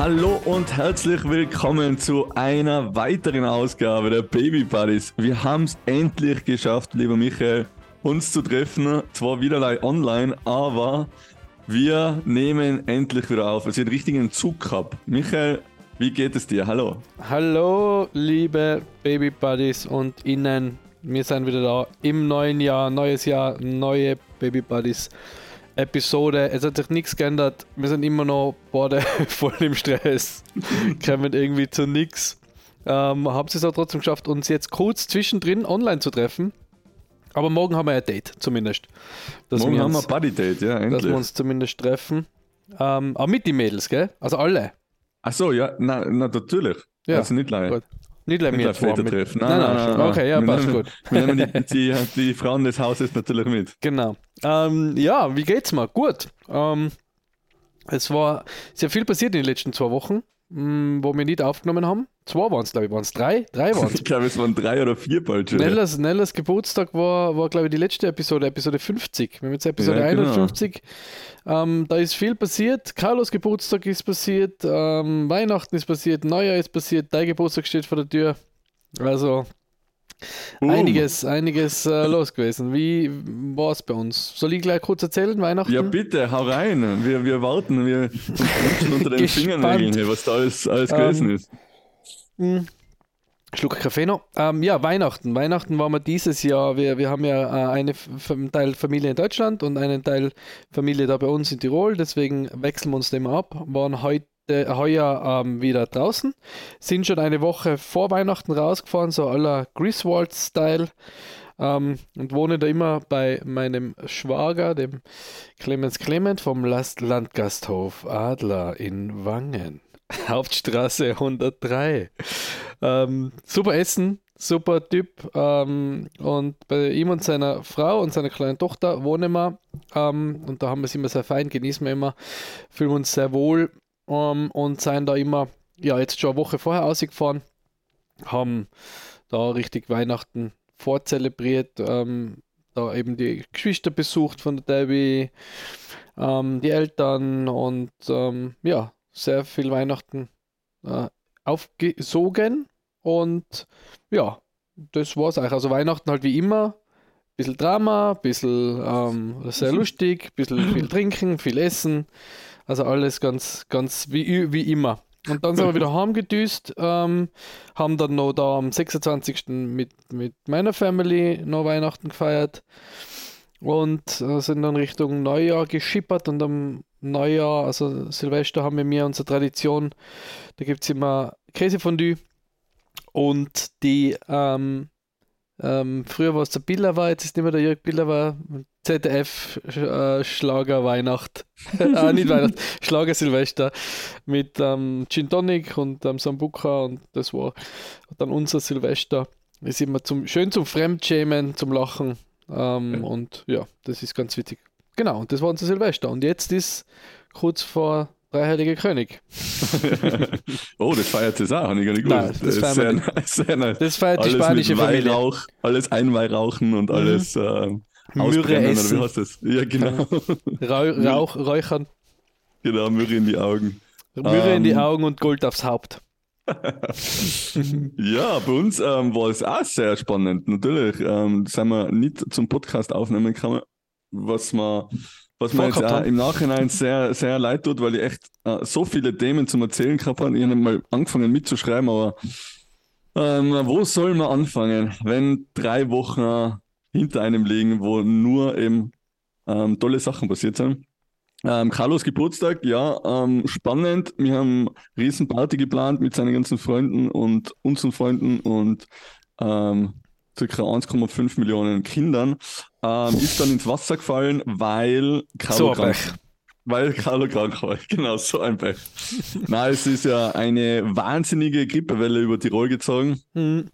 Hallo und herzlich willkommen zu einer weiteren Ausgabe der Baby Buddies. Wir haben es endlich geschafft, lieber Michael, uns zu treffen. Zwar wieder online, aber wir nehmen endlich wieder auf. Also einen richtigen Zug gehabt. Michael, wie geht es dir? Hallo. Hallo, liebe Baby Buddies und Ihnen. Wir sind wieder da im neuen Jahr, neues Jahr, neue Baby Buddies Episode. Es hat sich nichts geändert. Wir sind immer noch beide voll im Stress. Kommen irgendwie zu nichts. Haben es auch trotzdem geschafft, uns jetzt kurz zwischendrin online zu treffen. Aber morgen haben wir ein Date, zumindest. Morgen haben wir ein Buddy-Date, ja, endlich. Dass wir uns zumindest treffen. Aber mit den Mädels, gell? Also alle. Ach so, ja, na natürlich. Ja, also nicht leider. gut. Nicht leider Nicht mit Väter treffen. Nein. Okay, ja, passt gut. Wir nehmen die Frauen des Hauses natürlich mit. Genau. Ja, wie geht's mir? Gut. Es war sehr viel passiert in den letzten 2 Wochen, wo wir nicht aufgenommen haben. 2 waren es, glaube ich. Waren es 3? 3 waren es. Ich glaube, es waren 3 oder 4 bald schon. Nellas Geburtstag war, glaube ich, die letzte Episode 50. Wir haben jetzt Episode Ja, genau. 51. Da ist viel passiert. Carlos Geburtstag ist passiert, Weihnachten ist passiert, Neujahr ist passiert, dein Geburtstag steht vor der Tür. Also einiges los gewesen. Wie war es bei uns? Soll ich gleich kurz erzählen, Weihnachten? Ja, bitte, hau rein. Wir warten, wir uns unter den Gespannt. Fingernägeln hier, was da alles gewesen ist. Schluck Kaffee noch. Ja, Weihnachten. Weihnachten waren wir dieses Jahr. Wir haben ja einen Teil Familie in Deutschland und einen Teil Familie da bei uns in Tirol. Deswegen wechseln wir uns da immer ab. Waren heuer wieder draußen. Sind schon eine Woche vor Weihnachten rausgefahren, so à la Griswold-Style. Und wohne da immer bei meinem Schwager, dem Clemens Clement vom Landgasthof Adler in Wangen. Hauptstraße 103. Super Essen, super Typ. Und bei ihm und seiner Frau und seiner kleinen Tochter wohnen wir. Und da haben wir es immer sehr fein, genießen wir immer, fühlen uns sehr wohl und sind da immer, ja, jetzt schon eine Woche vorher ausgefahren, haben da richtig Weihnachten vorzelebriert, da eben die Geschwister besucht von der Debbie, die Eltern und ja, sehr viel Weihnachten aufgesogen und ja, das war's eigentlich. Also Weihnachten halt wie immer, bisschen Drama, bisschen sehr lustig, bisschen viel trinken, viel essen, also alles ganz wie immer. Und dann sind wir wieder heimgedüst, haben dann noch da am 26. mit meiner Family noch Weihnachten gefeiert und sind dann Richtung Neujahr geschippert und am Neujahr, also Silvester, haben wir unsere Tradition, da gibt es immer Käsefondue und die, früher war es der Biller war, jetzt ist nicht mehr der Jörg Biller war, ZDF Schlager Weihnacht, nicht Weihnacht, Schlager Silvester mit Gin Tonic und Sambuca und das war dann unser Silvester. Ist immer schön zum Fremdschämen, zum Lachen und ja, das ist ganz witzig. Genau, und das war unser Silvester. Und jetzt ist kurz vor Dreiheiliger König. Oh, das feiert es auch, habe ich gar nicht Nein, gewusst. das ist feiern wir sehr nice. Das feiert die Alles spanische mit Familie. Weihrauch, alles Einweihrauchen und alles Myrrhe ausbrennen, oder essen. wie heißt das? Ja, genau. Räuchern, Genau, Myrrhe in die Augen. Myrrhe in die Augen und Gold aufs Haupt. Ja, bei uns war es auch sehr spannend. Natürlich sind wir nicht zum Podcast aufnehmen gekommen, was mir jetzt Vorgehabt auch haben. im Nachhinein sehr, sehr leid tut, weil ich echt so viele Themen zum Erzählen gehabt habe. Ich habe mal angefangen mitzuschreiben, aber wo soll man anfangen, wenn 3 Wochen hinter einem liegen, wo nur eben tolle Sachen passiert sind? Carlos Geburtstag, ja, spannend. Wir haben eine Riesenparty geplant mit seinen ganzen Freunden und unseren Freunden und circa 1,5 Millionen Kindern. Ist dann ins Wasser gefallen, weil So ein Pech. Carlo krank war. Genau, so ein Pech. Nein, es ist ja eine wahnsinnige Grippewelle über Tirol gezogen. Mhm.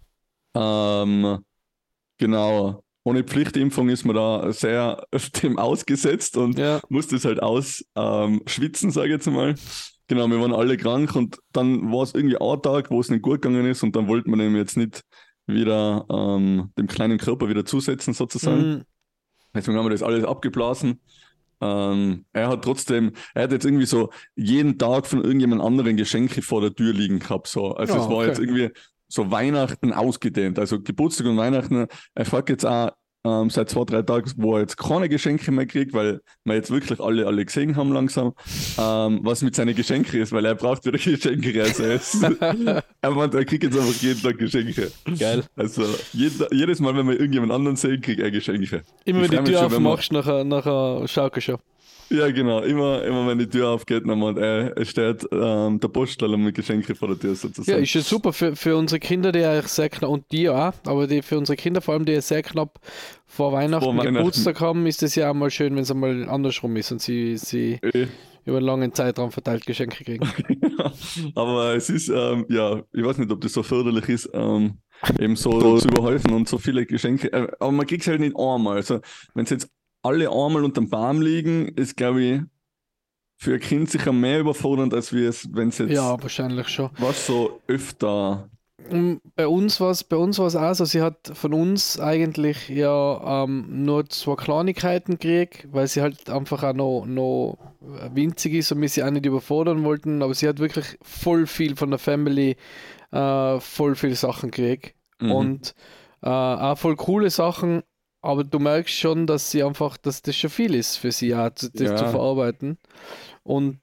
Genau. Ohne Pflichtimpfung ist man da sehr dem ausgesetzt und Ja. musste es halt schwitzen, sage ich jetzt mal. Genau, wir waren alle krank und dann war es irgendwie ein Tag, wo es nicht gut gegangen ist und dann wollte man eben jetzt nicht wieder dem kleinen Körper wieder zusetzen sozusagen. Mhm. Deswegen haben wir das alles abgeblasen er hat jetzt irgendwie so jeden Tag von irgendjemand anderen Geschenke vor der Tür liegen gehabt. So. Also Ja, es war okay. jetzt irgendwie so Weihnachten ausgedehnt. Also Geburtstag und Weihnachten. Er fragt jetzt auch seit 2, 3 Tagen, wo er jetzt keine Geschenke mehr kriegt, weil wir jetzt wirklich alle gesehen haben langsam, was mit seinen Geschenken ist, weil er braucht wieder Geschenke. Also er meint, er kriegt jetzt einfach jeden Tag Geschenke. Geil. Also jedes Mal, wenn wir irgendjemand anderen sehen, kriegt er Geschenke. Immer Ich wenn freu die mich Tür schon, wenn wir- aufmachst, nachher Schaukel schon. Ja, genau. Immer wenn die Tür aufgeht, dann meint er steht der Poststeller mit Geschenke vor der Tür Ja, sozusagen. ist ja super für unsere Kinder, die eigentlich sehr knapp, und die auch, aber für unsere Kinder vor allem, die ja sehr knapp vor Weihnachten Geburtstag haben, ist es ja auch mal schön, wenn es einmal andersrum ist und sie Eh. über einen langen Zeitraum verteilt Geschenke kriegen. Aber es ist, ja, ich weiß nicht, ob das so förderlich ist, eben so zu überhäufen und so viele Geschenke. Aber man kriegt es halt nicht einmal. Also, wenn es jetzt alle einmal unterm Baum liegen, ist, glaube ich, für ein Kind sicher mehr überfordernd, als wenn es jetzt Ja, wahrscheinlich schon. was so öfter. Bei uns war es auch so, sie hat von uns eigentlich ja nur 2 Kleinigkeiten gekriegt, weil sie halt einfach auch noch winzig ist und wir sie auch nicht überfordern wollten, aber sie hat wirklich voll viel von der Family, voll viel Sachen gekriegt und auch voll coole Sachen, aber du merkst schon, dass dass das schon viel ist für sie, auch, das Ja. zu verarbeiten. Und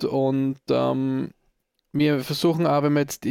wir versuchen auch, wenn wir jetzt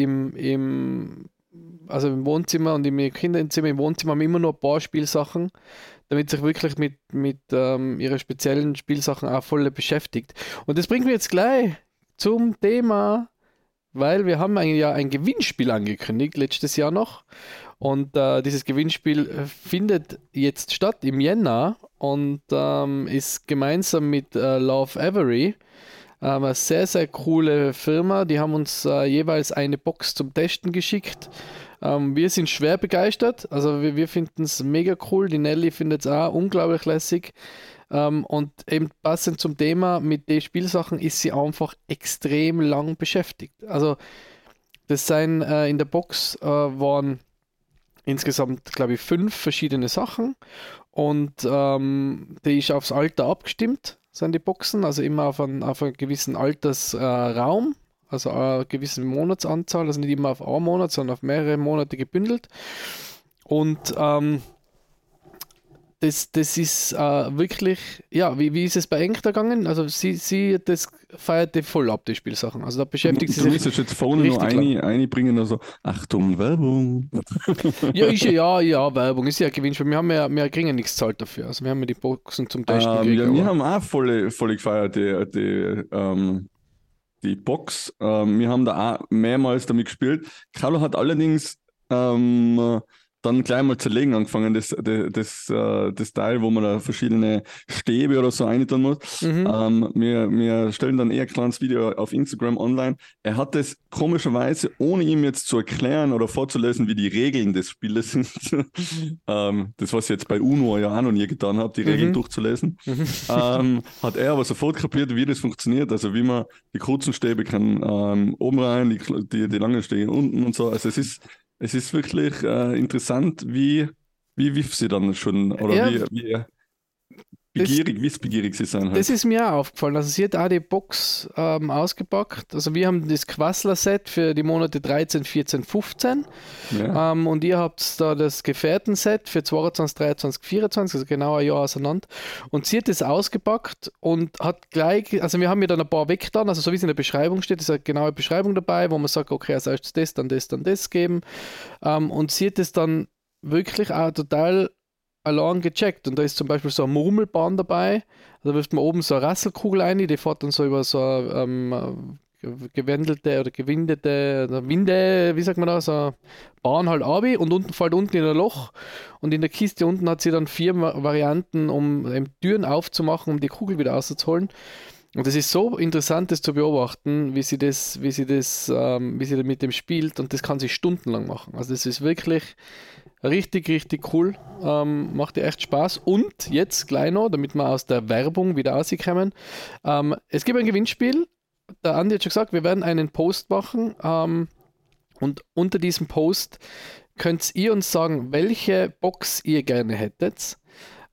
also im Wohnzimmer und im Kinderzimmer, im Wohnzimmer haben wir immer nur ein paar Spielsachen, damit sich wirklich mit ihren speziellen Spielsachen auch voll beschäftigt. Und das bringt mich jetzt gleich zum Thema, weil wir haben ja ein Gewinnspiel angekündigt, letztes Jahr noch. Und dieses Gewinnspiel findet jetzt statt im Jänner und ist gemeinsam mit Love Avery. Eine sehr, sehr coole Firma. Die haben uns jeweils eine Box zum Testen geschickt. Wir sind schwer begeistert. Also wir finden es mega cool. Die Nelly findet es auch unglaublich lässig. Und eben passend zum Thema mit den Spielsachen ist sie einfach extrem lang beschäftigt. Also das sind in der Box waren insgesamt, glaube ich, 5 verschiedene Sachen. Und die ist aufs Alter abgestimmt, sind die Boxen, also immer auf einen gewissen Altersraum, also eine gewisse Monatsanzahl, also nicht immer auf einen Monat, sondern auf mehrere Monate gebündelt. Und das ist wirklich, ja, wie ist es bei Engter gegangen? Also sie das feierte voll ab, die Spielsachen. Also da beschäftigt sie Du sich müsstest jetzt vorne noch richtig lang. einbringen, also Achtung, Werbung. Ja, ist ja, Werbung, ist ja Gewinnspiel. Wir kriegen ja nichts zahlt dafür. Also wir haben ja die Boxen zum Testen gekriegt. Ja, wir aber- haben auch voll gefeiert, die Box. Wir haben da auch mehrmals damit gespielt. Carlo hat allerdings dann gleich mal zerlegen angefangen, das Teil, wo man da verschiedene Stäbe oder so reintun muss. Wir stellen dann eher ein kleines Video auf Instagram online. Er hat das komischerweise, ohne ihm jetzt zu erklären oder vorzulesen, wie die Regeln des Spieles sind. Das, was ich jetzt bei UNO ja auch noch nie getan habe, die Regeln durchzulesen. Hat er aber sofort kapiert, wie das funktioniert. Also wie man die kurzen Stäbe kann oben rein, die langen Stäbe unten und so. Also es ist wirklich interessant, wie wiff sie dann schon oder Ja, wie wissbegierig sie sein halt. Das ist mir auch aufgefallen. Also sie hat auch die Box ausgepackt. Also wir haben das Quassler-Set für die Monate 13, 14, 15. Ja. Und ihr habt da das Gefährten-Set für 22, 23, 24, also genau ein Jahr auseinander. Und sie hat das ausgepackt und hat gleich, also wir haben mir dann ein paar weggetan, also so wie es in der Beschreibung steht, ist eine genaue Beschreibung dabei, wo man sagt, okay, als erstes das, dann das geben. Und sie hat das dann wirklich auch total allein gecheckt. Und da ist zum Beispiel so eine Murmelbahn dabei. Da wirft man oben so eine Rasselkugel ein, die fährt dann so über so eine gewendelte oder gewindete oder Winde, wie sagt man da, so eine Bahn halt ab und unten fällt unten in ein Loch. Und in der Kiste unten hat sie dann 4 Varianten, um Türen aufzumachen, um die Kugel wieder rauszuholen. Und es ist so interessant, das zu beobachten, wie sie mit dem spielt, und das kann sie stundenlang machen. Also das ist wirklich richtig, richtig cool. Macht ihr echt Spaß. Und jetzt gleich noch, damit wir aus der Werbung wieder rauskommen. Es gibt ein Gewinnspiel. Der Andi hat schon gesagt, wir werden einen Post machen. Und unter diesem Post könnt ihr uns sagen, welche Box ihr gerne hättet.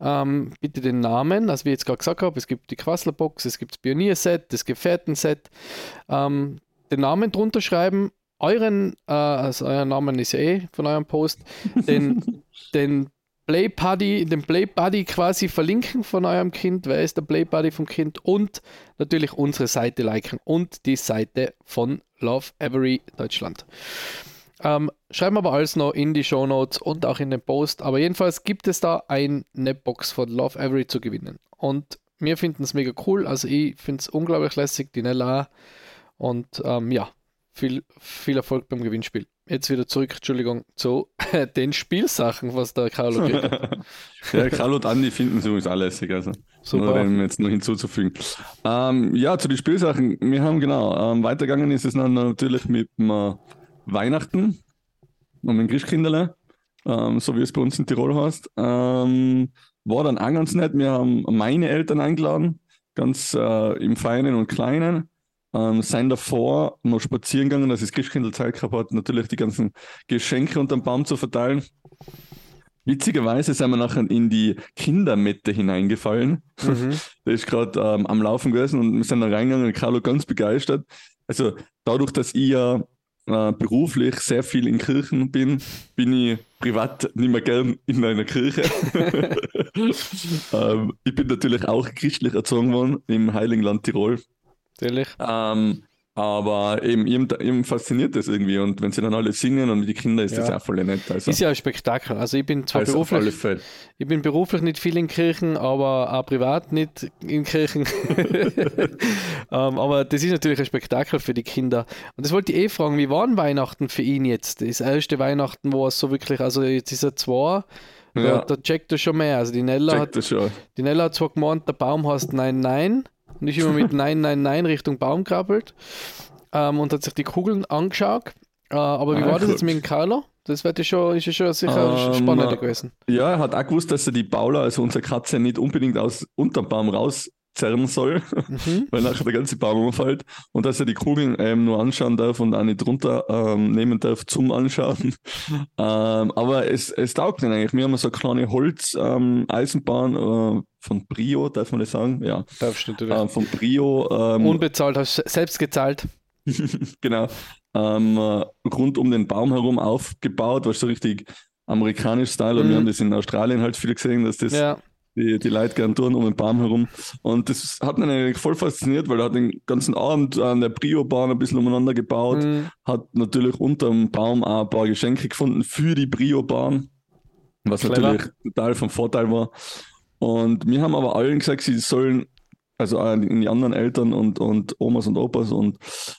bitte den Namen, also wie ich jetzt gerade gesagt habe, es gibt die Quasselbox, es gibt das Pionier-Set, das Gefährten-Set, den Namen drunter schreiben, also euer Namen ist ja von eurem Post, den Play Buddy quasi verlinken von eurem Kind, wer ist der Play Buddy vom Kind und natürlich unsere Seite liken und die Seite von Love Avery Deutschland. Schreiben wir aber alles noch in die Shownotes und auch in den Post. Aber jedenfalls gibt es da eine Box von Love Avery zu gewinnen. Und wir finden es mega cool. Also ich finde es unglaublich lässig, die Nella. Und viel Erfolg beim Gewinnspiel. Jetzt wieder zurück, Entschuldigung, zu den Spielsachen, was der Carlo kriegt. Ja, Carlo und Andi finden sie übrigens auch lässig. Also Super. nur wenn jetzt noch hinzuzufügen. Zu den Spielsachen. Wir haben weitergegangen ist es dann natürlich mit Weihnachten und mit dem Christkindlele, so wie es bei uns in Tirol heißt. War dann auch ganz nett. Wir haben meine Eltern eingeladen, ganz im Feinen und Kleinen. Sind davor noch spazieren gegangen, dass das Christkindl Zeit gehabt hat, natürlich die ganzen Geschenke unter dem Baum zu verteilen. Witzigerweise sind wir nachher in die Kindermette hineingefallen. Der ist gerade am Laufen gewesen und wir sind da reingegangen und Carlo ganz begeistert. Also dadurch, dass ich ja beruflich sehr viel in Kirchen bin ich privat nicht mehr gern in einer Kirche. Ich bin natürlich auch christlich erzogen worden im Heiligen Land Tirol. Natürlich. Aber eben fasziniert das irgendwie und wenn sie dann alle singen und mit den Kindern ist das auch voll nett. Also, ist ja ein Spektakel. Also ich bin zwar beruflich nicht viel in Kirchen, aber auch privat nicht in Kirchen. Aber das ist natürlich ein Spektakel für die Kinder. Und das wollte ich fragen, wie war denn Weihnachten für ihn jetzt? Das erste Weihnachten, wo er so wirklich, also jetzt ist er 2, da checkt er schon mehr. Also die Nella hat zwar gemeint, der Baum heißt Nein, Nein. Und ich immer mit Nein, Nein, Nein Richtung Baum krabbelt und hat sich die Kugeln angeschaut. Aber wie war das jetzt mit dem Carlo? Das ist ja schon sicher spannender gewesen. Ja, er hat auch gewusst, dass er die Paula, also unsere Katze, nicht unbedingt unterm Baum rauszerren soll, weil nachher der ganze Baum umfällt. Und dass er die Kugeln nur anschauen darf und auch nicht runter nehmen darf zum Anschauen. Aber es taugt nicht eigentlich. Wir haben so eine kleine Holz-Eisenbahn von Brio, darf man das sagen? Ja. Darfst du natürlich. Von Brio. Unbezahlt, hast du selbst gezahlt. Genau. Rund um den Baum herum aufgebaut, was so richtig amerikanisch Style. Und wir haben das in Australien halt viel gesehen, dass das die Leute gern tun um den Baum herum. Und das hat mich eigentlich voll fasziniert, weil er hat den ganzen Abend an der Brio-Bahn ein bisschen umeinander gebaut, hat natürlich unter dem Baum auch ein paar Geschenke gefunden für die Brio-Bahn, was natürlich total vom Vorteil war. Und wir haben aber allen gesagt, sie sollen, also auch die anderen Eltern und Omas und Opas, und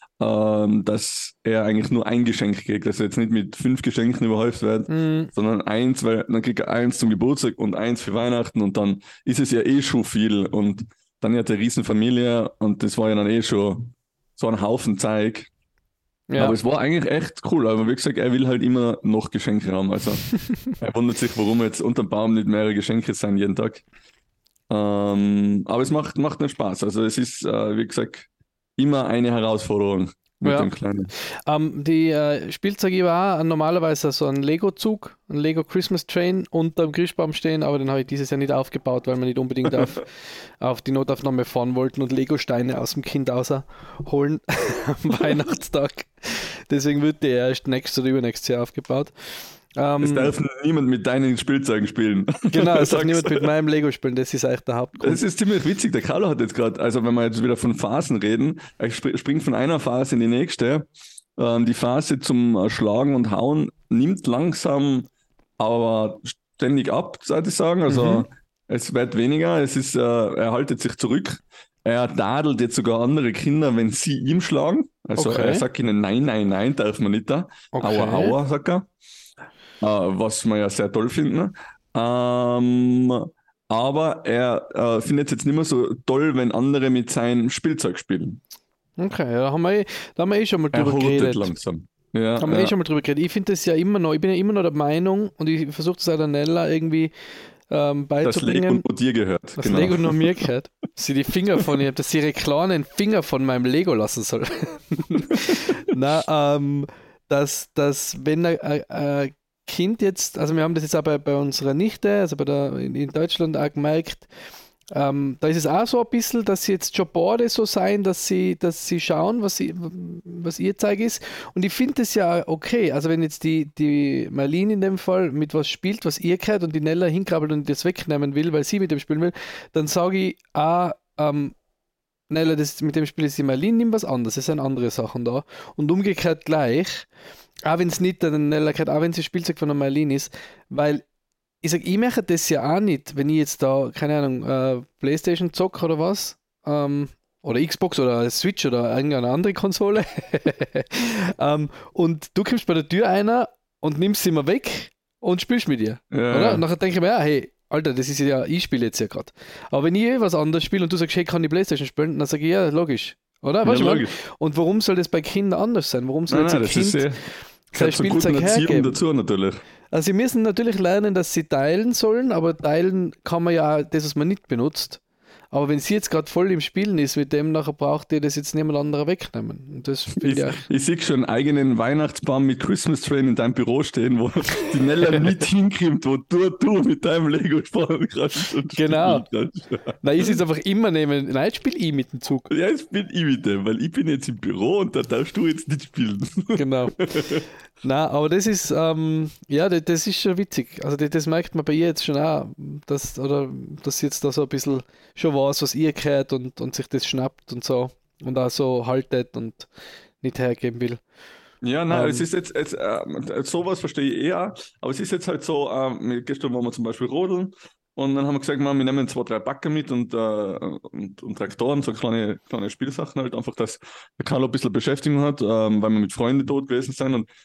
dass er eigentlich nur ein Geschenk kriegt, dass er jetzt nicht mit 5 Geschenken überhäuft wird, sondern eins, weil dann kriegt er eins zum Geburtstag und eins für Weihnachten und dann ist es ja schon viel und dann hat er eine Riesenfamilie und das war ja dann schon so ein Haufen Zeug. Ja. Aber es war eigentlich echt cool, aber wie gesagt, er will halt immer noch Geschenke haben, also er wundert sich, warum jetzt unterm Baum nicht mehrere Geschenke sein jeden Tag. Aber es macht nicht Spaß, also es ist, wie gesagt, immer eine Herausforderung mit dem Kleinen. Die Spielzeuge war auch normalerweise so ein Lego-Zug, ein Lego Christmas Train unter dem Christbaum stehen, aber den habe ich dieses Jahr nicht aufgebaut, weil wir nicht unbedingt auf die Notaufnahme fahren wollten und Lego-Steine aus dem Kind holen am Weihnachtstag. Deswegen wird der erst nächstes oder übernächstes Jahr aufgebaut. Es darf niemand mit deinen Spielzeugen spielen. Genau, es darf niemand mit meinem Lego spielen, das ist eigentlich der Hauptgrund. Das ist ziemlich witzig, der Carlo hat jetzt gerade, also wenn wir jetzt wieder von Phasen reden, er springt von einer Phase in die nächste. Die Phase zum Schlagen und Hauen nimmt langsam, aber ständig ab, sollte ich sagen. Also es wird weniger, er haltet sich zurück. Er tadelt jetzt sogar andere Kinder, wenn sie ihm schlagen. Also er sagt ihnen, nein, nein, nein, darf man nicht da. Okay. Aua, aua, sagt er. Was wir ja sehr toll finden. Aber er findet es jetzt nicht mehr so toll, wenn andere mit seinem Spielzeug spielen. Okay, da haben wir schon mal drüber geredet. Langsam. Schon mal drüber geredet. Ich finde das ja immer noch, ich bin ja immer noch der Meinung und ich versuche das auch der Nella irgendwie beizubringen. Das Lego nur dir gehört. Das Lego nur mir gehört. Dass sie die Finger von ihr, dass sie ihre kleinen Finger von meinem Lego lassen soll. dass wenn Kind jetzt, also wir haben das jetzt auch bei unserer Nichte, also in Deutschland auch gemerkt, da ist es auch so ein bisschen, dass sie jetzt schon beide so sein, dass sie schauen, was ihr Zeug ist. Und ich finde das ja okay. Also wenn jetzt die Marlene in dem Fall mit was spielt, was ihr gehört und die Nella hinkrabbelt und das wegnehmen will, weil sie mit dem spielen will, dann sage ich Nella, mit dem Spiel ist die Marlene, nimm was anderes. Es sind andere Sachen da. Und umgekehrt gleich, auch wenn es nicht der Nella gehört, auch wenn es das Spielzeug von der Marlene ist, weil ich sage, ich mache das ja auch nicht, wenn ich jetzt da, keine Ahnung, PlayStation zocke oder was, oder Xbox oder Switch oder irgendeine andere Konsole. Und du kommst bei der Tür einer und nimmst sie mir weg und spielst mit ihr. Ja. Oder? Und nachher denke ich mir, ja, hey, Alter, das ist ja, ich spiele jetzt ja gerade. Aber wenn ich was anderes spiele und du sagst, hey, kann ich PlayStation spielen, dann sage ich, ja, logisch. Oder? Weißt du, logisch. und warum soll das bei Kindern anders sein? Warum soll jetzt ein Kind sein Spielzeug hergeben? Dazu natürlich. Also sie müssen natürlich lernen, dass sie teilen sollen, aber teilen kann man ja das, was man nicht benutzt. Aber wenn sie jetzt gerade voll im Spielen ist mit dem, nachher braucht ihr das jetzt niemand anderer wegnehmen. Und das ich sehe schon einen eigenen Weihnachtsbaum mit Christmas Train in deinem Büro stehen, wo die Nella mit hinkriegt, wo du mit deinem Lego sparen kannst. Genau. Nein, ich sitze einfach immer neben. Nein, jetzt spiele ich mit dem Zug. Ja, jetzt bin ich mit dem, weil ich bin jetzt im Büro und da darfst du jetzt nicht spielen. Genau. Nein, aber das ist, das ist schon witzig. Also das merkt man bei ihr jetzt schon auch, dass sie jetzt da so ein bisschen schon weiß, was ihr gehört und sich das schnappt und so und auch so haltet und nicht hergeben will. Ja, nein, es ist jetzt sowas verstehe ich eher, aber es ist jetzt halt so, gestern waren wir zum Beispiel rodeln und dann haben wir gesagt, wir nehmen 2, 3 Bagger mit und Traktoren, so kleine Spielsachen halt, einfach, dass der Karl ein bisschen Beschäftigung hat, weil wir mit Freunden dort gewesen sind und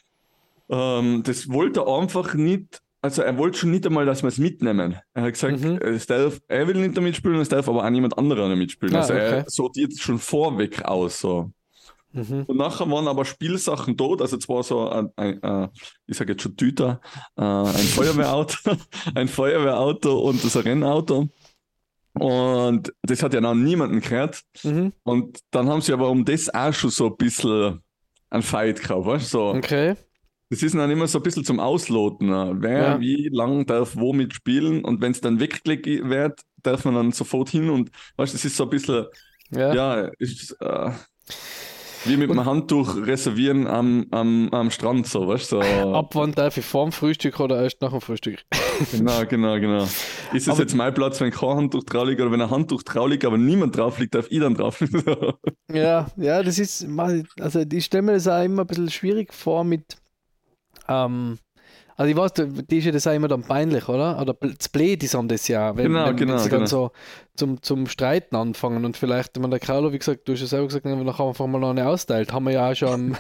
das wollte er einfach nicht, also er wollte schon nicht einmal, dass wir es mitnehmen. Er hat gesagt, er will nicht damit spielen, es darf aber auch niemand anderer damit spielen. Also er sortiert schon vorweg aus. So. Und nachher waren aber Spielsachen dort, also zwar so ich sage jetzt schon Tüter, ein Feuerwehrauto und das Rennauto. Und das hat ja noch niemanden gehört. Und dann haben sie aber um das auch schon so ein bisschen einen Fight gehabt, weißt du? So. Okay. Das ist dann immer so ein bisschen zum Ausloten. Wer wie lang darf wo mitspielen und wenn es dann weggelegt wird, darf man dann sofort hin und weißt du, das ist so ein bisschen, ist wie mit dem Handtuch reservieren am Strand, so, weißt du? So. Ab wann darf ich vor dem Frühstück oder erst nach dem Frühstück? Genau. Ist es jetzt mein Platz, wenn kein Handtuch drauf liegt oder wenn ein Handtuch drauf liegt, aber niemand drauf liegt, darf ich dann drauf liegen? Ja, das ist, also ich stelle mir das auch immer ein bisschen schwierig vor mit also ich weiß, die ist ja das auch immer dann peinlich, oder? Oder das blöd ist an das ja, wenn sie dann so zum Streiten anfangen und vielleicht, wenn der Carlo, wie gesagt, du hast ja selber gesagt, wenn man einfach mal noch eine austeilt, haben wir ja schon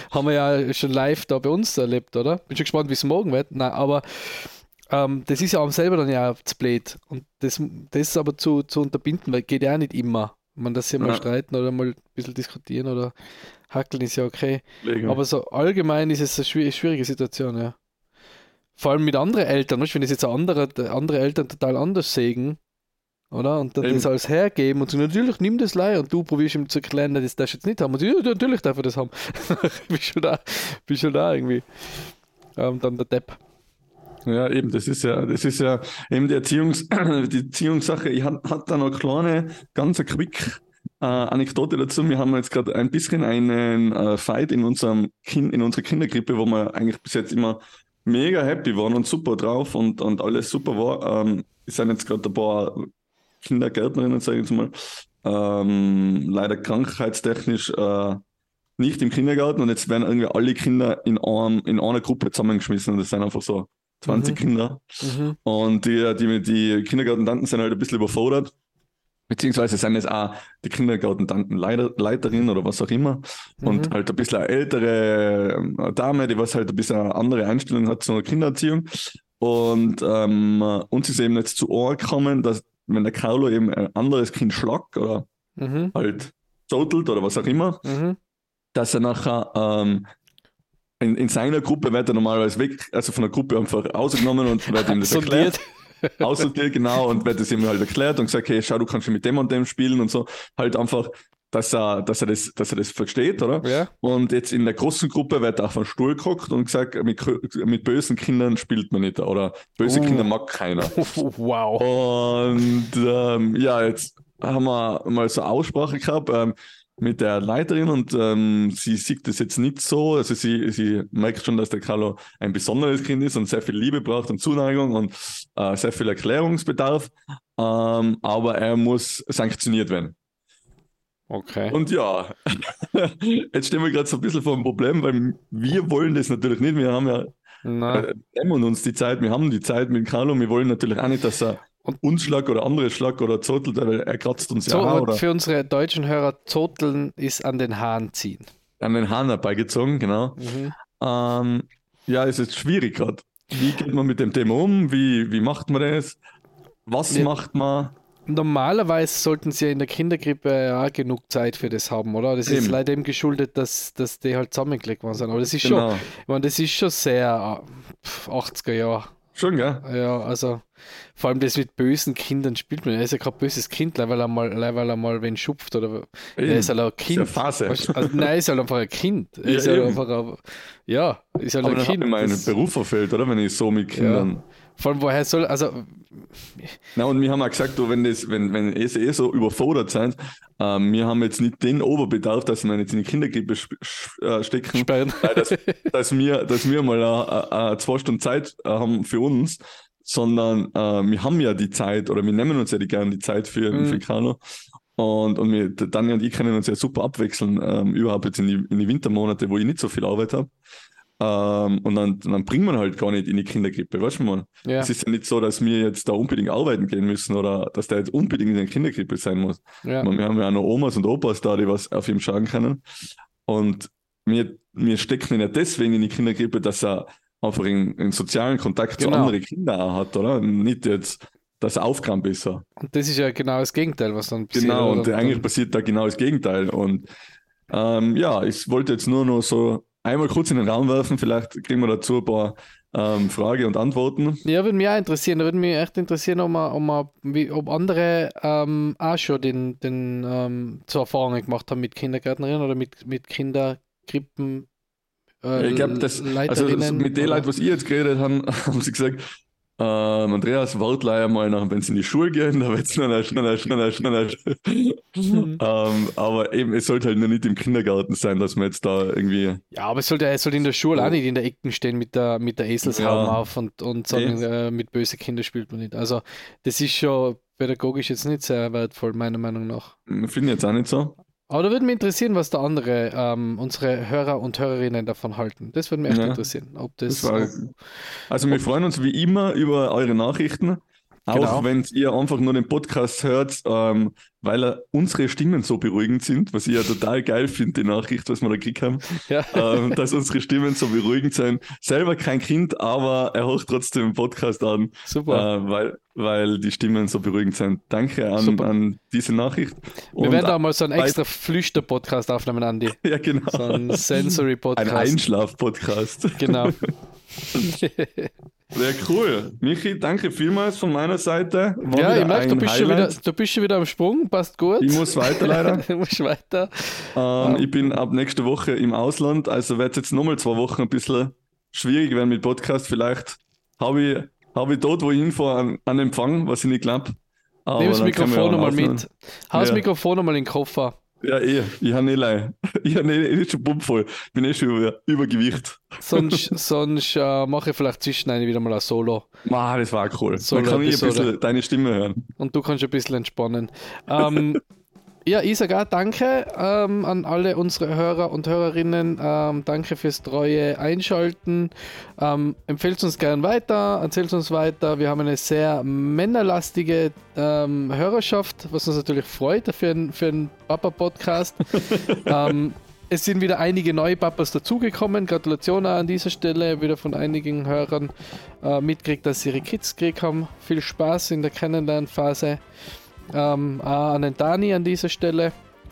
live da bei uns erlebt, oder? Bin schon gespannt, wie es morgen wird. Nein, aber das ist ja am selber dann ja das blöd und das aber zu unterbinden, weil geht ja auch nicht immer. Man das ja mal streiten oder mal ein bisschen diskutieren oder hackeln ist ja okay. Legen. Aber so allgemein ist es eine schwierige Situation, ja. Vor allem mit anderen Eltern, weißt, wenn es jetzt andere Eltern total anders sägen, oder? Und dann das alles hergeben und so, natürlich nimm das leih und du probierst ihm zu erklären, das darfst du jetzt nicht haben. Und so, ja, natürlich darf er das haben. bist schon da irgendwie. Dann der Depp. Ja, eben, das ist ja eben die Erziehungssache. Ich hatte da noch eine kleine, ganz eine quick Anekdote dazu. Wir haben jetzt gerade ein bisschen einen Fight in unserer Kindergrippe, wo wir eigentlich bis jetzt immer mega happy waren und super drauf und alles super war. Es sind jetzt gerade ein paar Kindergärtnerinnen, sage ich jetzt mal, leider krankheitstechnisch nicht im Kindergarten und jetzt werden irgendwie alle Kinder in einer Gruppe zusammengeschmissen und das sind einfach so 20 Kinder. Und die Kindergartentanten sind halt ein bisschen überfordert. Beziehungsweise sind es auch die Kindergartentantenleiterin oder was auch immer. Und halt ein bisschen eine ältere Dame, die was halt ein bisschen eine andere Einstellung hat zur Kindererziehung. Und uns ist eben jetzt zu Ohr gekommen, dass wenn der Carlo eben ein anderes Kind schlagt oder halt zotelt oder was auch immer, dass er nachher in seiner Gruppe wird er normalerweise weg, also von der Gruppe einfach ausgenommen und wird ihm das erklärt. Aussortiert, genau, und wird das ihm halt erklärt und gesagt, hey, schau, du kannst mit dem und dem spielen und so. Halt einfach, dass er das versteht, oder? Ja. Und jetzt in der großen Gruppe wird er auf den Stuhl gehockt und gesagt, mit bösen Kindern spielt man nicht, oder böse Kinder mag keiner. Wow. Und jetzt haben wir mal so eine Aussprache gehabt mit der Leiterin und sie sieht das jetzt nicht so. Also sie merkt schon, dass der Carlo ein besonderes Kind ist und sehr viel Liebe braucht und Zuneigung und sehr viel Erklärungsbedarf. Aber er muss sanktioniert werden. Okay. Und ja, jetzt stehen wir gerade so ein bisschen vor einem Problem, weil wir wollen das natürlich nicht. Wir haben ja nehmen uns die Zeit, wir haben die Zeit mit Carlo, wir wollen natürlich auch nicht, dass er uns schlagt oder andere schlagt oder zottelt, weil er kratzt uns ja auch. Oder Für unsere deutschen Hörer, zotteln ist an den Haaren ziehen. An den Haaren herbeigezogen, genau. Es ist schwierig gerade. Wie geht man mit dem Thema um? Wie macht man das? Was macht man? Normalerweise sollten sie ja in der Kinderkrippe auch genug Zeit für das haben, oder? Das ist leider eben geschuldet, dass die halt zusammengelegt worden sind. Aber das ist schon, ich meine, das ist schon sehr 80er Jahre. Schon, gell? Ja, also vor allem das mit bösen Kindern spielt man. Er ist ja kein böses Kind, weil er mal wen schupft oder er ist halt ein Kind. Das ist eine Phase. Also, nein, er ist halt einfach ein Kind. Er ist halt einfach ist halt aber ein Kind. Aber dann hat mir mein Beruf verfehlt, oder? Wenn ich so mit Kindern... Ja. Vor allem, woher soll, also... Na, und wir haben auch gesagt, wenn ihr so überfordert seid, wir haben jetzt nicht den Oberbedarf, dass wir jetzt in die Kinderkrippe stecken, dass wir mal 2 Stunden Zeit haben für uns, sondern wir haben ja die Zeit, oder wir nehmen uns ja gerne die Zeit für Carlo. Und wir, Dani und ich können uns ja super abwechseln, überhaupt jetzt in die Wintermonate, wo ich nicht so viel Arbeit habe. Und dann bringt man halt gar nicht in die Kinderkrippe, weißt du mal? Ja. Es ist ja nicht so, dass wir jetzt da unbedingt arbeiten gehen müssen oder dass der jetzt unbedingt in der Kinderkrippe sein muss. Ja. Wir haben ja auch noch Omas und Opas da, die was auf ihm schauen können. Und wir stecken ihn ja deswegen in die Kinderkrippe, dass er einfach einen sozialen Kontakt zu anderen Kindern auch hat, oder? Nicht jetzt, dass er aufgerammt ist. So. Und das ist ja genau das Gegenteil, was dann passiert. Genau, und eigentlich passiert da genau das Gegenteil. Und ich wollte jetzt nur noch so einmal kurz in den Raum werfen, vielleicht kriegen wir dazu ein paar Fragen und Antworten. Ja, würde mich auch interessieren. Würde mich echt interessieren, ob andere auch schon den so Erfahrungen gemacht haben mit Kindergärtnerinnen oder mit Kinderkrippen. Ich glaube, mit den Leuten, was ich jetzt geredet habe, haben sie gesagt, Andreas, wart einmal nach, wenn sie in die Schule gehen, da wird es schneller. Aber eben, es sollte halt nur nicht im Kindergarten sein, dass man jetzt da irgendwie... Ja, aber es sollte in der Schule auch nicht in der Ecke stehen mit der Eselshaum auf und sagen, mit böse Kinder spielt man nicht. Also das ist schon pädagogisch jetzt nicht sehr wertvoll, meiner Meinung nach. Finde ich jetzt auch nicht so. Aber da würde mich interessieren, was da andere, unsere Hörer und Hörerinnen davon halten. Das würde mich echt interessieren. Also wir freuen uns wie immer über eure Nachrichten. Auch wenn ihr einfach nur den Podcast hört, weil unsere Stimmen so beruhigend sind, was ich ja total geil finde, die Nachricht, was wir da gekriegt haben, dass unsere Stimmen so beruhigend sind. Selber kein Kind, aber er hört trotzdem den Podcast an, weil die Stimmen so beruhigend sind. Danke an diese Nachricht. Wir werden da mal so einen extra Flüchter-Podcast aufnehmen, Andi. Ja, genau. So ein Sensory-Podcast. Ein Einschlaf-Podcast. Genau. Sehr cool. Michi, danke vielmals von meiner Seite. Ich merke, du bist schon wieder am Sprung, passt gut. Ich muss weiter leider. Du musst weiter. Ich bin ab nächste Woche im Ausland, also wird es jetzt nochmal 2 Wochen ein bisschen schwierig werden mit Podcast. Vielleicht habe ich dort, wo ich hinfahre, einen Empfang, was ich nicht glaube. Nimm das Mikrofon nochmal mit. Hau das Mikrofon nochmal in den Koffer. Ja, ich habe nicht schon pumpvoll. Ich bin schon Übergewicht. Sonst mache ich vielleicht zwischendurch wieder mal ein Solo. Das war cool. Dann kann ich ein bisschen deine Stimme hören. Und du kannst ein bisschen entspannen. Ich sage auch danke an alle unsere Hörer und Hörerinnen. Danke fürs treue Einschalten. Empfehlt uns gern weiter, erzählt uns weiter. Wir haben eine sehr männerlastige Hörerschaft, was uns natürlich freut für einen Papa-Podcast. Es sind wieder einige neue Papas dazugekommen. Gratulation an dieser Stelle. Wieder von einigen Hörern mitgekriegt, dass sie ihre Kids gekriegt haben. Viel Spaß in der Kennenlernphase. An den Dani an dieser Stelle.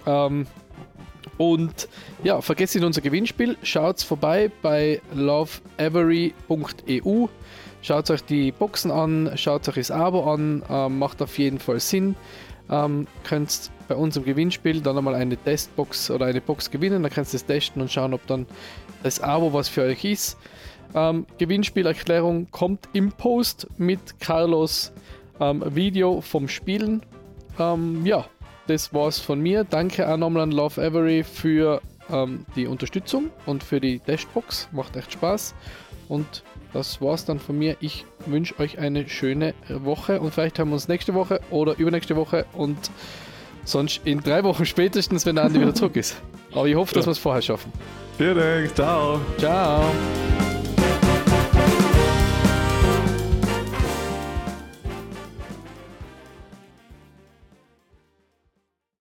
Und ja, vergesst nicht unser Gewinnspiel. Schaut vorbei bei loveevery.eu. Schaut euch die Boxen an, schaut euch das Abo an. Macht auf jeden Fall Sinn. könnt bei uns im Gewinnspiel dann einmal eine Testbox oder eine Box gewinnen. Da kannst du es testen und schauen, ob dann das Abo was für euch ist. Gewinnspielerklärung kommt im Post mit Carlos Video vom Spielen. Ja, das war's von mir. Danke auch nochmal an Love Avery für die Unterstützung und für die Testbox. Macht echt Spaß. Und das war's dann von mir. Ich wünsche euch eine schöne Woche und vielleicht haben wir uns nächste Woche oder übernächste Woche und sonst in 3 Wochen spätestens, wenn der Andi wieder zurück ist. Aber ich hoffe, dass wir es vorher schaffen. Vielen Dank, ciao. Ciao.